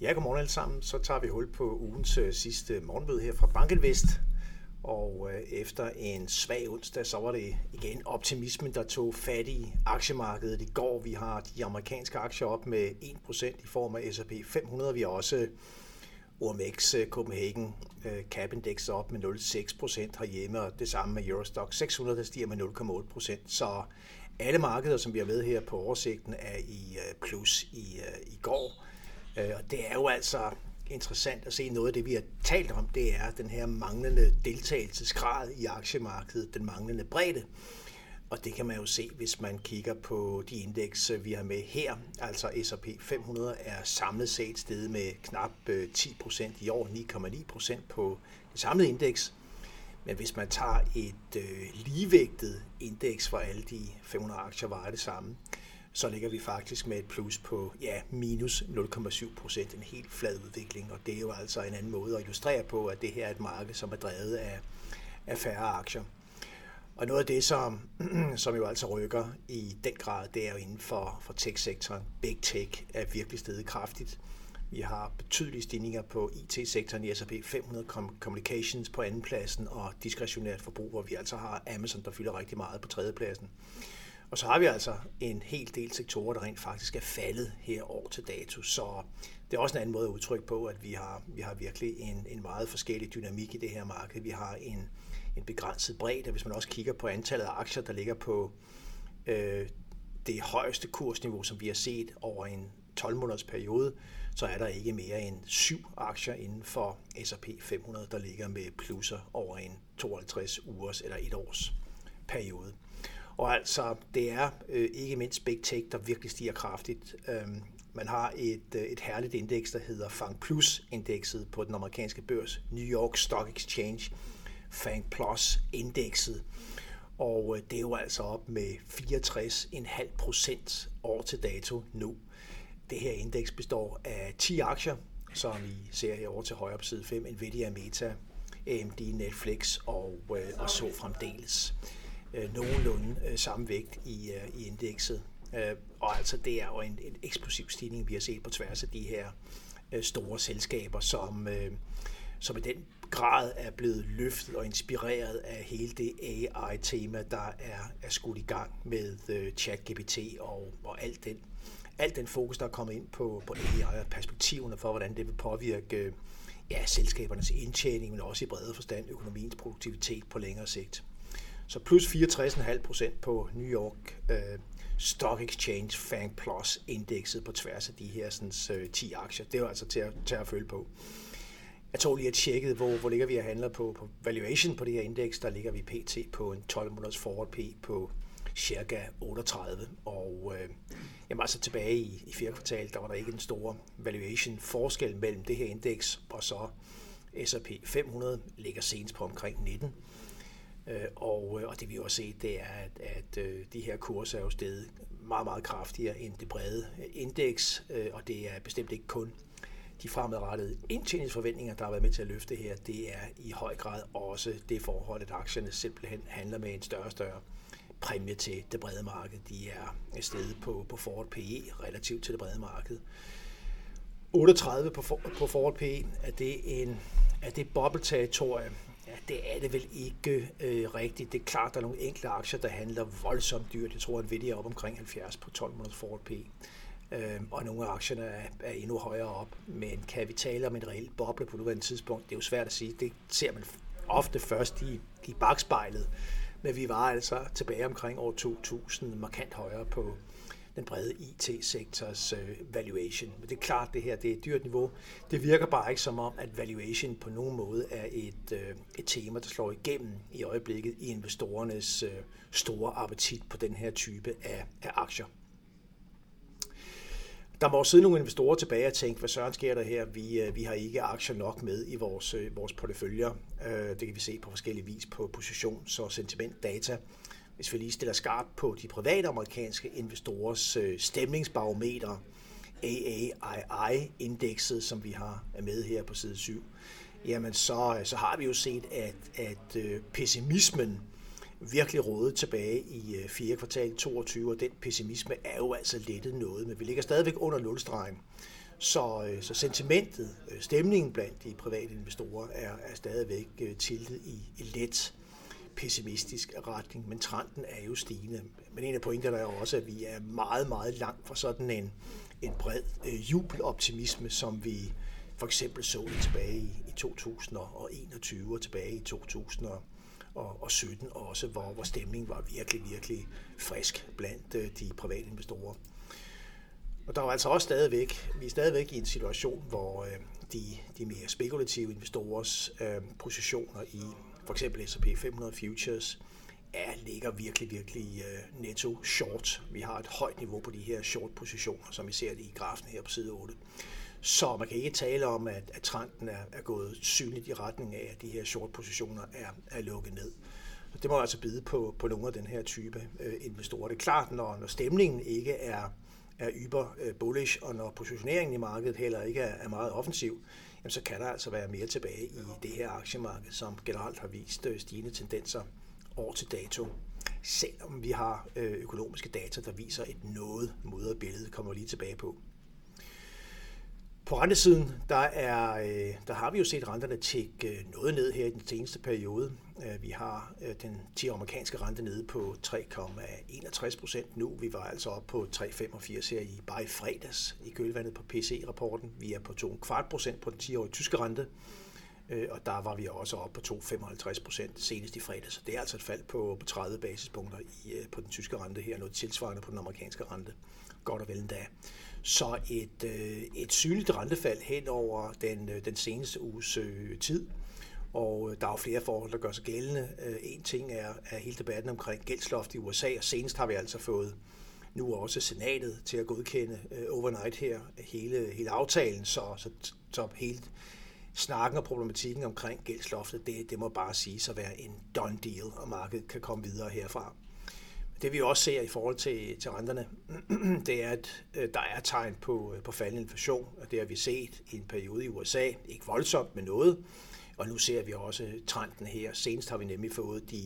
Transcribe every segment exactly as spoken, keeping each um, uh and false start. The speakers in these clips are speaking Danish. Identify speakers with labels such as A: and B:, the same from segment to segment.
A: Ja, godmorgen alle sammen. Så tager vi hul på ugens øh, sidste morgenmøde her fra BankInvest. Og øh, efter en svag onsdag, så var det igen optimismen, der tog fat i aktiemarkedet i går. Vi har de amerikanske aktier op med en procent i form af S og P fem hundrede. Vi har også O M X Copenhagen øh, Cap Index op med nul komma seks procent herhjemme, og det samme med Eurostoxx seks hundrede, der stiger med nul komma otte procent. Så alle markeder, som vi har med her på oversigten, er i øh, plus i, øh, i går. Og det er jo altså interessant at se noget af det, vi har talt om, det er den her manglende deltagelsesgrad i aktiemarkedet, den manglende bredde. Og det kan man jo se, hvis man kigger på de indeks, vi har med her. Altså S og P fem hundrede er samlet set steget med knap ti procent i år, ni komma ni procent på det samlede indeks. Men hvis man tager et øh, ligevægtet indeks for alle de fem hundrede aktier, var det samme, så ligger vi faktisk med et plus på ja, minus nul komma syv procent, en helt flad udvikling, og det er jo altså en anden måde at illustrere på, at det her er et marked, som er drevet af, af færre aktier. Og noget af det, som, som jo altså rykker i den grad, det er jo inden for, for tech-sektoren. Big Tech er virkelig steget kraftigt. Vi har betydelige stigninger på I T-sektoren i S og P fem hundrede, Communications på andenpladsen og diskretionært forbrug, hvor vi altså har Amazon, der fylder rigtig meget på tredjepladsen. Og så har vi altså en hel del sektorer, der rent faktisk er faldet her år til dato. Så det er også en anden måde at udtrykke på, at vi har, vi har virkelig en, en meget forskellig dynamik i det her marked. Vi har en, en begrænset bredde. Hvis man også kigger på antallet af aktier, der ligger på øh, det højeste kursniveau, som vi har set over en tolv måneders periode, så er der ikke mere end syv aktier inden for S og P fem hundrede, der ligger med plusser over en tooghalvtreds ugers eller et års periode. Og altså, det er øh, ikke mindst Big Tech, der virkelig stiger kraftigt. Øhm, man har et, øh, et herligt indeks, der hedder Fang Plus-indekset på den amerikanske børs, New York Stock Exchange, Fang Plus-indekset. Og øh, det er jo altså op med fireogtres komma fem procent år til dato nu. Det her indeks består af ti aktier, som I ser herovre til højre på side fem, Nvidia, Meta, A M D, Netflix og, øh, og så fremdeles. Nogenlunde øh, samme vægt i, øh, i indekset. Øh, og altså det er jo en, en eksplosiv stigning, vi har set på tværs af de her øh, store selskaber, som, øh, som i den grad er blevet løftet og inspireret af hele det A I-tema, der er, er skudt i gang med øh, ChatGPT og, og alt den, alt den fokus, der er kommet ind på, på A I og perspektiverne for, hvordan det vil påvirke øh, ja, selskabernes indtjening, men også i bredere forstand økonomiens produktivitet på længere sigt. Så plus fireogtres komma fem procent på New York øh, Stock Exchange Fang Plus indekset på tværs af de her sådan, øh, ti aktier. Det er jo altså til at, til at følge på. Jeg tog lige at tjekke, hvor, hvor ligger vi og handler på, på valuation på det her indeks. Der ligger vi pt. På en tolv måneders forward P på cirka otteogtredive. Og øh, jamen, altså tilbage i, i fjerde kvartal, der var der ikke en stor valuation forskel mellem det her indeks og så S og P fem hundrede ligger senest på omkring nitten. Og, og det vi også se, det er, at, at de her kurser er jo steget meget, meget kraftigere end det brede indeks, og det er bestemt ikke kun de fremadrettede indtjeningsforventninger, der har været med til at løfte her. Det er i høj grad også det forhold, at aktierne simpelthen handler med en større og større præmie til det brede marked. De er steget på, på forward P E relativt til det brede marked. otteogtredive på, for, på forward P E, er det, en, er det boble-territorie? Ja, det er det vel ikke øh, rigtigt. Det er klart, der er nogle enkelte aktier, der handler voldsomt dyrt. Jeg tror, at Nvidia er op omkring halvfjerds på tolv måneders forward P E. Øh, og nogle af aktierne er, er endnu højere op. Men kan vi tale om en reel boble på nuværende tidspunkt? Det er jo svært at sige. Det ser man ofte først i, i bagspejlet. Men vi var altså tilbage omkring år to tusind markant højere på den brede I T-sektors øh, valuation. Men det er klart, det her det er et dyrt niveau. Det virker bare ikke som om, at valuation på nogen måde er et, øh, et tema, der slår igennem i øjeblikket i investorernes øh, store appetit på den her type af, af aktier. Der må også sidde nogle investorer tilbage og tænke, hvad søren sker der her? Vi, øh, vi har ikke aktier nok med i vores, øh, vores porteføljer. Øh, det kan vi se på forskellige vis på positions- og sentimentdata. Hvis vi lige stiller skarpt på de private amerikanske investorers øh, stemningsbarometer, A A I I-indekset, som vi har med her på side syv, jamen så, så har vi jo set, at, at øh, pessimismen virkelig rådet tilbage i øh, fjerde kvartal toogtyve, og den pessimisme er jo altså lettet noget, men vi ligger stadigvæk under nulstregen. Så, så sentimentet, stemningen blandt de private investorer er, er stadigvæk tiltet i, i let pessimistisk retning, men trenden er jo stigende. Men en af pointerne er også, at vi er meget, meget langt fra sådan en, en bred øh, jubeloptimisme, som vi for eksempel så det tilbage i, i to tusind og enogtyve og tilbage i to tusind og sytten også, hvor, hvor stemningen var virkelig, virkelig frisk blandt øh, de private investorer. Og der er altså også stadigvæk, vi er stadigvæk i en situation, hvor øh, de, de mere spekulative investorers øh, positioner i for eksempel S og P fem hundrede Futures er, ligger virkelig, virkelig øh, netto short. Vi har et højt niveau på de her short-positioner, som vi ser det i grafen her på side otte. Så man kan ikke tale om, at, at trenden er, er gået synligt i retning af, at de her short-positioner er, er lukket ned. Det må altså bide på, på nogle af den her type øh, investorer. Det er klart, når, når stemningen ikke er er yber bullish, og når positioneringen i markedet heller ikke er meget offensiv, jamen så kan der altså være mere tilbage i det her aktiemarked, som generelt har vist stigende tendenser år til dato. Selvom vi har økonomiske data, der viser et noget mudret billede, kommer vi lige tilbage på. På rentesiden, der, er, der har vi jo set renterne tikke noget ned her i den seneste periode. Vi har den ti-årige amerikanske rente nede på tre komma enogtres procent nu. Vi var altså oppe på tre komma femogfirs her i bare i fredags i kølvandet på P C E-rapporten. Vi er på to komma fem procent på den ti-årige tyske rente, og der var vi også oppe på to komma femoghalvtreds procent senest i fredags. Det er altså et fald på, på tredive basispunkter i, på den tyske rente her, noget tilsvarende på den amerikanske rente. Godt og vel endda. Så et, et synligt rentefald hen over den, den seneste uges tid, og der er jo flere forhold, der gør sig gældende. En ting er, er hele debatten omkring gældsloft i U S A, og senest har vi altså fået nu også senatet til at godkende overnight her hele, hele aftalen, så, så, så hele snakken og problematikken omkring gældsloftet, det, det må bare sige at være en done deal, og markedet kan komme videre herfra. Det vi også ser i forhold til, til renterne, det er, at der er tegn på, på faldende inflation, og det har vi set i en periode i U S A, ikke voldsomt med noget, og nu ser vi også trenden her. Senest har vi nemlig fået de,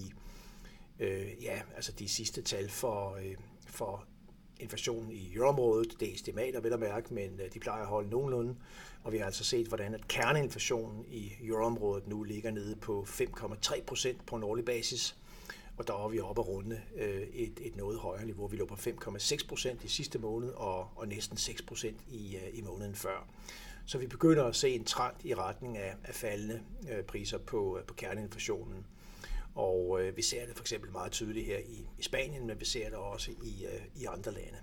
A: øh, ja, altså de sidste tal for, øh, for inflationen i euroområdet. Det er estimater, vel at mærke, men de plejer at holde nogenlunde, og vi har altså set, hvordan at kerneinflationen i euroområdet nu ligger nede på fem komma tre procent på en årlig basis. Og der var vi oppe at runde et, et noget højere niveau. Vi lå på fem komma seks procent i sidste måned og, og næsten seks procent i, i måneden før. Så vi begynder at se en trend i retning af, af faldende priser på, på kerneinflationen. Og vi ser det for eksempel meget tydeligt her i, i Spanien, men vi ser det også i, i andre lande.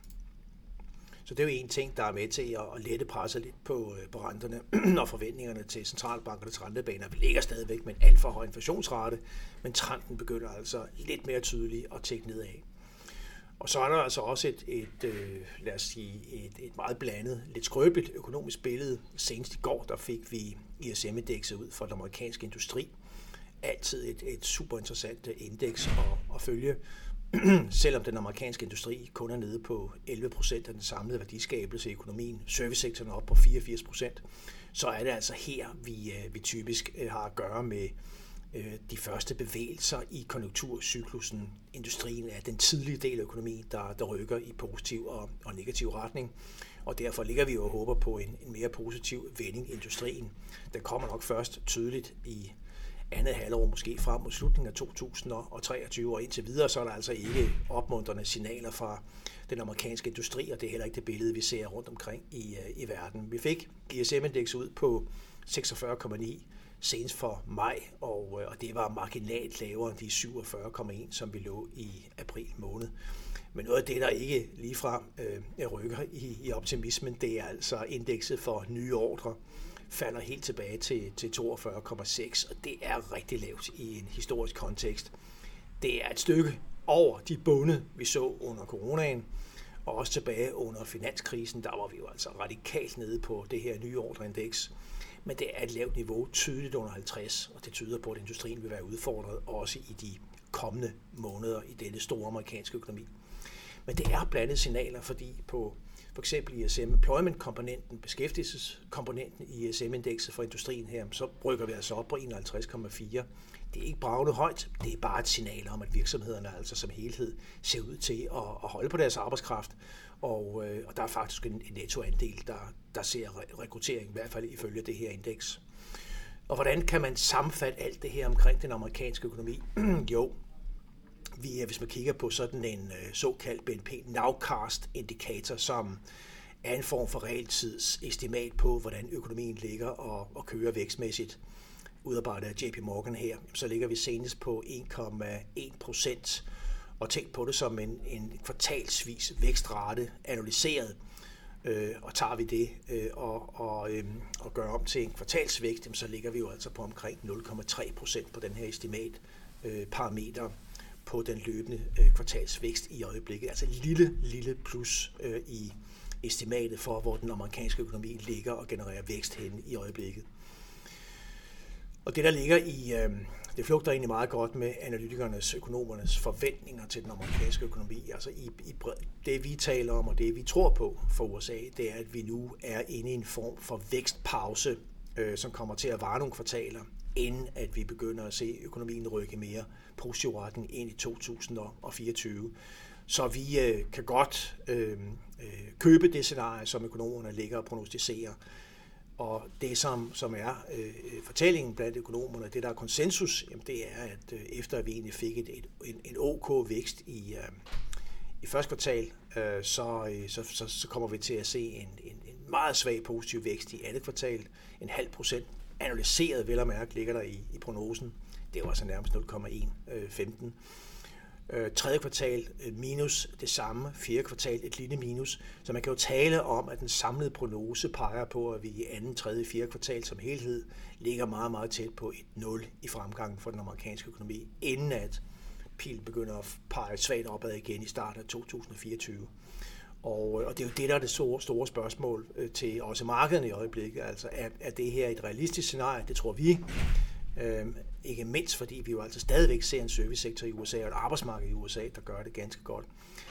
A: Så det er jo en ting, der er med til at, at lette presset lidt på, på renterne, og forventningerne til centralbankernes rentebaner. Vi ligger stadigvæk med en alt for høj inflationsrate, men trenden begynder altså lidt mere tydeligt at tække nedad. Og så er der altså også et, et, øh, lad os sige, et, et meget blandet, lidt skrøbeligt økonomisk billede. Senest i går, der fik vi I S M-indekset ud for den amerikanske industri. Altid et, et super interessant indeks at, at følge. Selvom den amerikanske industri kun er nede på elleve procent af den samlede værdiskabelse i økonomien, servicesektoren er oppe på fireogfirs procent, så er det altså her, vi, vi typisk har at gøre med de første bevægelser i konjunkturcyklusen. Industrien er den tidlige del af økonomien, der, der rykker i positiv og, og negativ retning, og derfor ligger vi jo og håber på en, en mere positiv vending i industrien. Den kommer nok først tydeligt i andet halvår, måske frem mod slutningen af to tusind og treogtyve, og indtil videre, så er der altså ikke opmuntrende signaler fra den amerikanske industri, og det er heller ikke det billede, vi ser rundt omkring i, i verden. Vi fik I S M-indeks ud på seksogfyrre komma ni senest for maj, og, og det var marginalt lavere end de syvogfyrre komma en, som vi lå i april måned. Men noget af det, der ikke ligefrem øh, rykker i, i optimismen, det er altså indekset for nye ordrer, falder helt tilbage til, til toogfyrre komma seks, og det er rigtig lavt i en historisk kontekst. Det er et stykke over de bunde, vi så under coronaen, og også tilbage under finanskrisen, der var vi jo altså radikalt nede på det her nye ordreindeks. Men det er et lavt niveau, tydeligt under halvtreds, og det tyder på, at industrien vil være udfordret også i de kommende måneder i denne store amerikanske økonomi. Men det er blandede signaler, fordi på, For eksempel I S M Employment-komponenten, beskæftigelseskomponenten i I S M-indekset for industrien her, så rykker vi altså op på enoghalvtreds komma fire. Det er ikke bravende højt, det er bare et signal om, at virksomhederne altså som helhed ser ud til at, at holde på deres arbejdskraft, og, øh, og der er faktisk en, en nettoandel, der, der ser rekruttering, i hvert fald ifølge det her indeks. Og hvordan kan man sammenfatte alt det her omkring den amerikanske økonomi? Jo, vi er, hvis man kigger på sådan en øh, såkaldt B N P Nowcast-indikator, som er en form for realtidsestimat på, hvordan økonomien ligger og, og kører vækstmæssigt, udarbejdet af J P Morgan her, så ligger vi senest på en komma en procent, og tænk på det som en, en kvartalsvis vækstrate analyseret. Øh, og tager vi det øh, og, og, øh, og gør om til en kvartalsvækst, så ligger vi jo altså på omkring nul komma tre procent på den her estimat øh, parameter på den løbende øh, kvartalsvækst i øjeblikket. Altså lille, lille plus øh, i estimatet for, hvor den amerikanske økonomi ligger og genererer vækst henne i øjeblikket. Og det, der ligger i, øh, det flugter egentlig meget godt med analytikernes, økonomernes forventninger til den amerikanske økonomi. Altså i, i det, vi taler om, og det, vi tror på for U S A, det er, at vi nu er inde i en form for vækstpause, øh, som kommer til at vare nogle kvartaler, inden at vi begynder at se økonomien rykke mere positiv retning ind i to tusind og fireogtyve. Så vi øh, kan godt øh, øh, købe det scenarie, som økonomerne ligger og prognostiserer. Og det, som, som er øh, fortællingen blandt økonomerne, det der er konsensus, jamen det er, at øh, efter at vi egentlig fik et, et, en, en OK vækst i, øh, i første kvartal, øh, så, øh, så, så, så kommer vi til at se en, en, en meget svag positiv vækst i andet kvartal. En halv procent analyseret, vel og mærke, ligger der i, i prognosen. Det er jo altså nærmest nul komma femten. Øh, tredje kvartal minus det samme, fjerde kvartal et lille minus. Så man kan jo tale om, at den samlede prognose peger på, at vi i anden, tredje, fjerde kvartal som helhed ligger meget, meget tæt på et nul i fremgangen for den amerikanske økonomi, inden at pilen begynder at pege svagt opad igen i starten af to tusind og fireogtyve. Og, og det er jo det, der er det store, store spørgsmål til også markederne i øjeblikket. Altså, er, er det her et realistisk scenarie? Det tror vi. Øhm, ikke mindst fordi vi jo altså stadigvæk ser en servicesektor i U S A og et arbejdsmarked i U S A, der gør det ganske godt.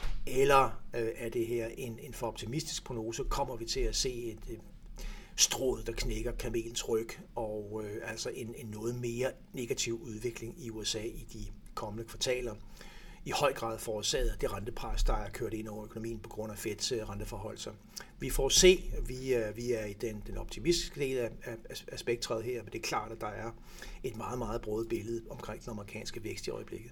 A: Eller øh, er det her en, en for optimistisk prognose? Kommer vi til at se et øh, strået, der knækker kamelens ryg, og øh, altså en, en noget mere negativ udvikling i U S A i de kommende kvartaler? I høj grad forårsaget af det rentepres, der er kørt ind over økonomien på grund af Feds renteforholdelser. Vi får se, vi er, vi er i den, den optimistiske del af, af, af spektret her, men det er klart, at der er et meget, meget broget billede omkring den amerikanske vækst i øjeblikket.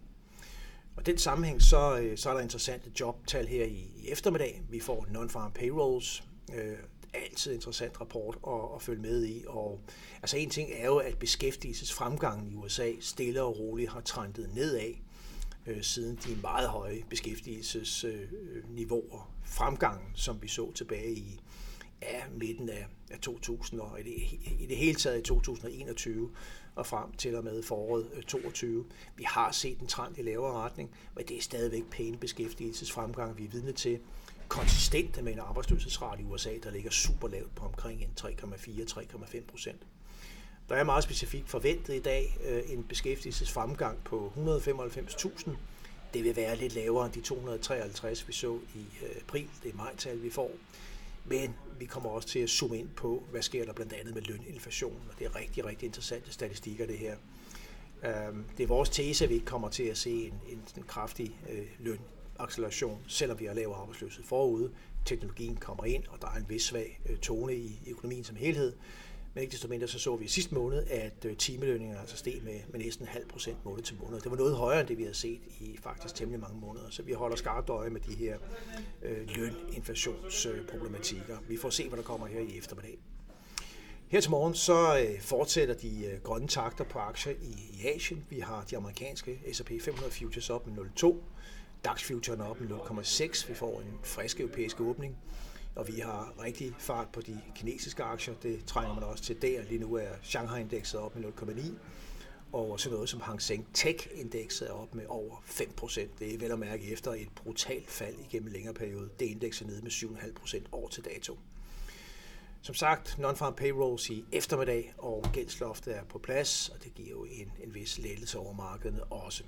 A: Og den sammenhæng, så, så er der interessante jobtal her i, i eftermiddag. Vi får non-farm payrolls, øh, altid interessant rapport at, at følge med i. Og, altså en ting er jo, at beskæftigelsesfremgangen i U S A stille og roligt har trendet nedad, øh, siden de meget høje beskæftigelsesniveauer, øh, fremgangen, som vi så tilbage i ja, midten af, af to tusind og i det, i det hele taget i to tusind og enogtyve og frem til og med foråret toogtyve. Vi har set en trend i lavere retning, men det er stadigvæk pæne beskæftigelsesfremgang, vi er vidne til. Konsistent med en arbejdsløshedsrate i U S A, der ligger super lavt på omkring en tre komma fire til tre komma fem procent. Der er meget specifikt forventet i dag øh, en beskæftigelsesfremgang på et hundrede og femoghalvfems tusind. Det vil være lidt lavere end de to hundrede og treoghalvtreds, vi så i øh, april. Det er majtal, vi får. Men vi kommer også til at zoome ind på, hvad sker der blandt andet med løninflationen. Og det er rigtig, rigtig interessante statistikker, det her. Um, det er vores tese, at vi ikke kommer til at se en, en, en kraftig øh, lønacceleration, selvom vi har lav arbejdsløshed forude. Teknologien kommer ind, og der er en vis svag øh, tone i, i økonomien som helhed. Men ikke desto mindre, så så vi i sidste måned, at øh, timelønningerne altså steg med, med næsten halv procent måned til måned. Det var noget højere, end det vi havde set i faktisk temmelig mange måneder. Så vi holder skarpt øje med de her øh, løninflationsproblematikker. Vi får se, hvad der kommer her i eftermiddag. Her til morgen så øh, fortsætter de øh, grønne takter på aktier i, i Asien. Vi har de amerikanske S og P fem hundrede futures op med nul komma to. DAX-futurerne op med nul komma seks. Vi får en frisk europæisk åbning. Og vi har rigtig fart på de kinesiske aktier. Det trænger man også til der. Lige nu er Shanghai-indekset op med nul komma ni. Og så noget som Hang Seng Tech-indekset er op med over fem procent. Det er vel at mærke efter et brutalt fald igennem en længere periode. Det indeks er nede med syv komma fem procent år til dato. Som sagt, non-farm payrolls i eftermiddag, og gældsloftet er på plads, og det giver jo en, en vis lettelse over markederne også.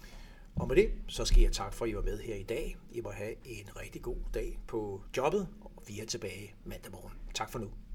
A: Og med det, så skal jeg takke for, at I var med her i dag. I må have en rigtig god dag på jobbet, Vi er tilbage mandag morgen. Tak for nu.